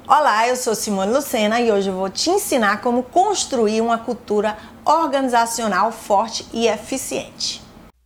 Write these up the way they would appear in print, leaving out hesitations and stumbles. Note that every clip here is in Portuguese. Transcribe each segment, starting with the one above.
Olá, eu sou Simone Lucena e hoje eu vou te ensinar como construir uma cultura organizacional forte e eficiente.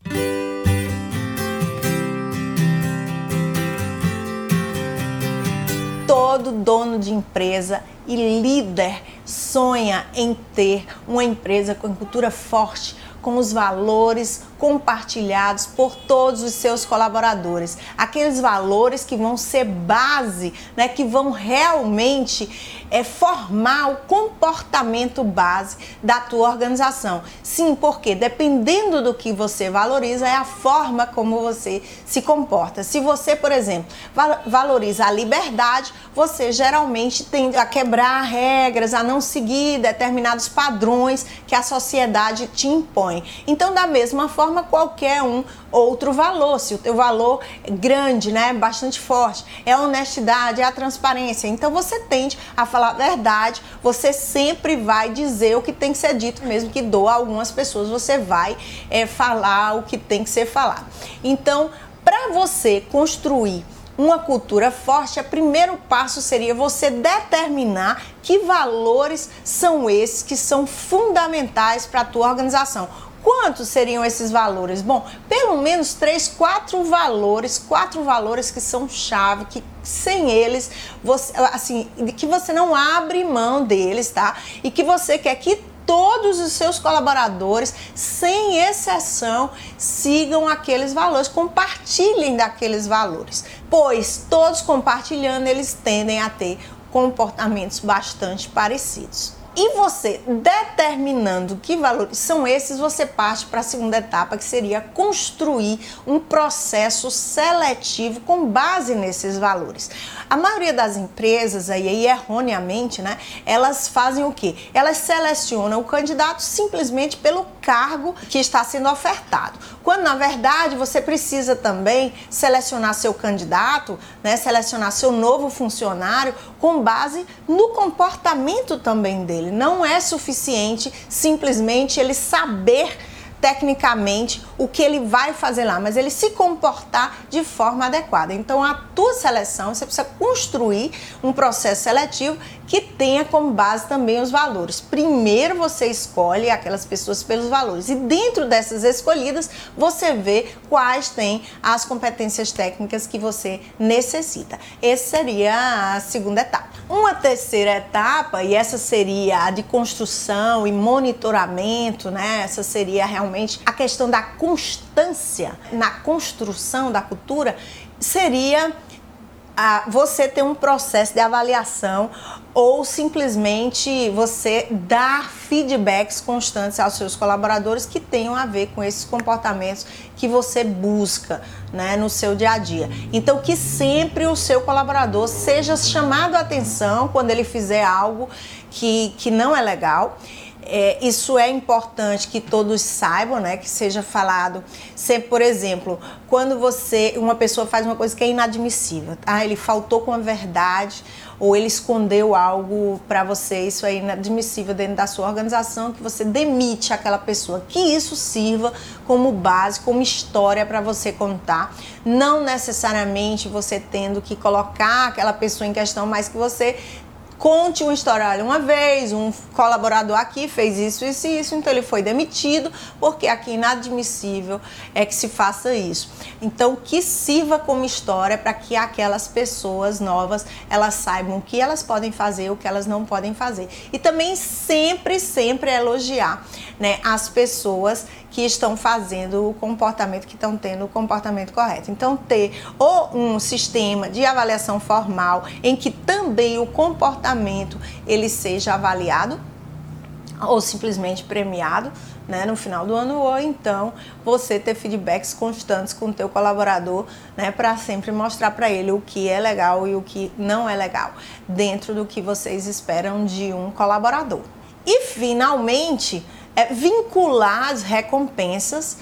Todo dono de empresa e líder sonha em ter uma empresa com cultura forte, com os valores compartilhados por todos os seus colaboradores. Aqueles valores que vão ser base, que vão realmente formar o comportamento base da tua organização. Sim, porque dependendo do que você valoriza, é a forma como você se comporta. Se você, por exemplo, valoriza a liberdade, você geralmente tende a quebrar regras, a não seguir determinados padrões que a sociedade te impõe. Então, da mesma forma, qualquer outro valor, se o teu valor é grande, bastante forte, é a honestidade, é a transparência, então você tende a falar a verdade, você sempre vai dizer o que tem que ser dito, mesmo que doa a algumas pessoas, você vai falar o que tem que ser falado. Então, para você construir uma cultura forte, o primeiro passo seria você determinar que valores são esses que são fundamentais para a tua organização. Quantos seriam esses valores? Bom, pelo menos 4 valores que são chave, que sem eles, que você não abre mão deles, tá? E que você quer que todos os seus colaboradores, sem exceção, sigam aqueles valores, compartilhem daqueles valores, pois todos compartilhando, eles tendem a ter comportamentos bastante parecidos. E você determinando que valores são esses, você parte para a segunda etapa, que seria construir um processo seletivo com base nesses valores. A maioria das empresas, aí erroneamente, elas fazem o quê? Elas selecionam o candidato simplesmente pelo cargo que está sendo ofertado. Quando, na verdade, você precisa também selecionar seu candidato, selecionar seu novo funcionário com base no comportamento também dele. Não é suficiente simplesmente ele saber tecnicamente o que ele vai fazer lá, mas ele se comportar de forma adequada. Então, a tua seleção, você precisa construir um processo seletivo que tenha como base também os valores. Primeiro você escolhe aquelas pessoas pelos valores e dentro dessas escolhidas você vê quais têm as competências técnicas que você necessita. Essa seria a segunda etapa. Uma terceira etapa, e essa seria a de construção e monitoramento, essa seria realmente a questão da constância na construção da cultura, seria você ter um processo de avaliação ou simplesmente você dar feedbacks constantes aos seus colaboradores que tenham a ver com esses comportamentos que você busca no seu dia a dia. Então, que sempre o seu colaborador seja chamado a atenção quando ele fizer algo que não é legal. Isso é importante que todos saibam, que seja falado sempre, por exemplo, quando uma pessoa faz uma coisa que é inadmissível, ele faltou com a verdade ou ele escondeu algo para você, isso é inadmissível dentro da sua organização, que você demite aquela pessoa, que isso sirva como base, como história para você contar, não necessariamente você tendo que colocar aquela pessoa em questão, mas que você conte uma história. Olha, uma vez um colaborador aqui fez isso, então ele foi demitido, porque aqui é inadmissível que se faça isso. Então, que sirva como história para que aquelas pessoas novas, elas saibam o que elas podem fazer, o que elas não podem fazer. E também sempre elogiar, as pessoas que estão fazendo o comportamento, que estão tendo o comportamento correto. Então, ter ou um sistema de avaliação formal em que também o comportamento ele seja avaliado ou simplesmente premiado, no final do ano, ou então você ter feedbacks constantes com o teu colaborador, para sempre mostrar para ele o que é legal e o que não é legal, dentro do que vocês esperam de um colaborador. E, finalmente, vincular as recompensas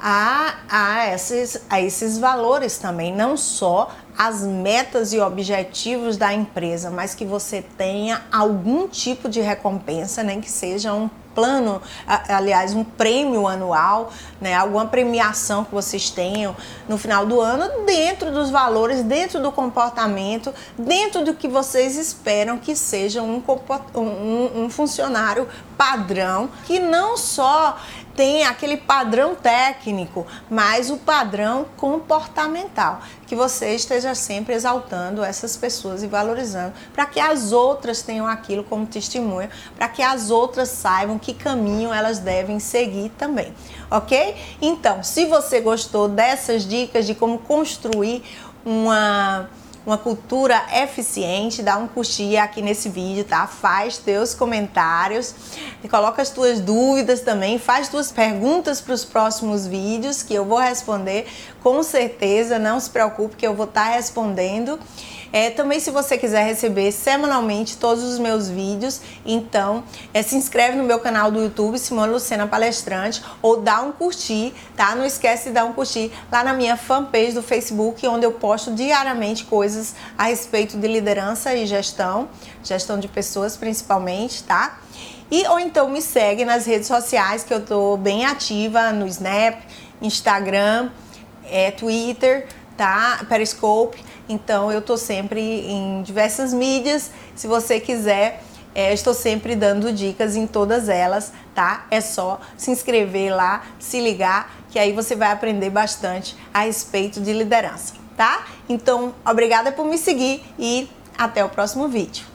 a esses valores também, não só as metas e objetivos da empresa, mas que você tenha algum tipo de recompensa, que seja um plano, aliás, um prêmio anual, né? Alguma premiação que vocês tenham no final do ano, dentro dos valores, dentro do comportamento, dentro do que vocês esperam que seja um funcionário padrão, que não só tem aquele padrão técnico, mas o padrão comportamental, que você esteja sempre exaltando essas pessoas e valorizando, para que as outras tenham aquilo como testemunho, para que as outras saibam que caminho elas devem seguir também, ok? Então, se você gostou dessas dicas de como construir uma cultura eficiente, dá um curtir aqui nesse vídeo, tá? Faz teus comentários, coloca as tuas dúvidas também, faz tuas perguntas para os próximos vídeos que eu vou responder com certeza, não se preocupe que eu vou estar respondendo. Também, se você quiser receber semanalmente todos os meus vídeos, então se inscreve no meu canal do YouTube, Simone Lucena Palestrante, ou dá um curtir, tá? Não esquece de dar um curtir lá na minha fanpage do Facebook, onde eu posto diariamente coisas a respeito de liderança e gestão de pessoas principalmente, tá? Ou então me segue nas redes sociais, que eu tô bem ativa no Snap, Instagram, Twitter, tá? Periscope. Então eu tô sempre em diversas mídias. Se você quiser, estou sempre dando dicas em todas elas, tá? É só se inscrever lá, se ligar, que aí você vai aprender bastante a respeito de liderança, tá? Então, obrigada por me seguir e até o próximo vídeo.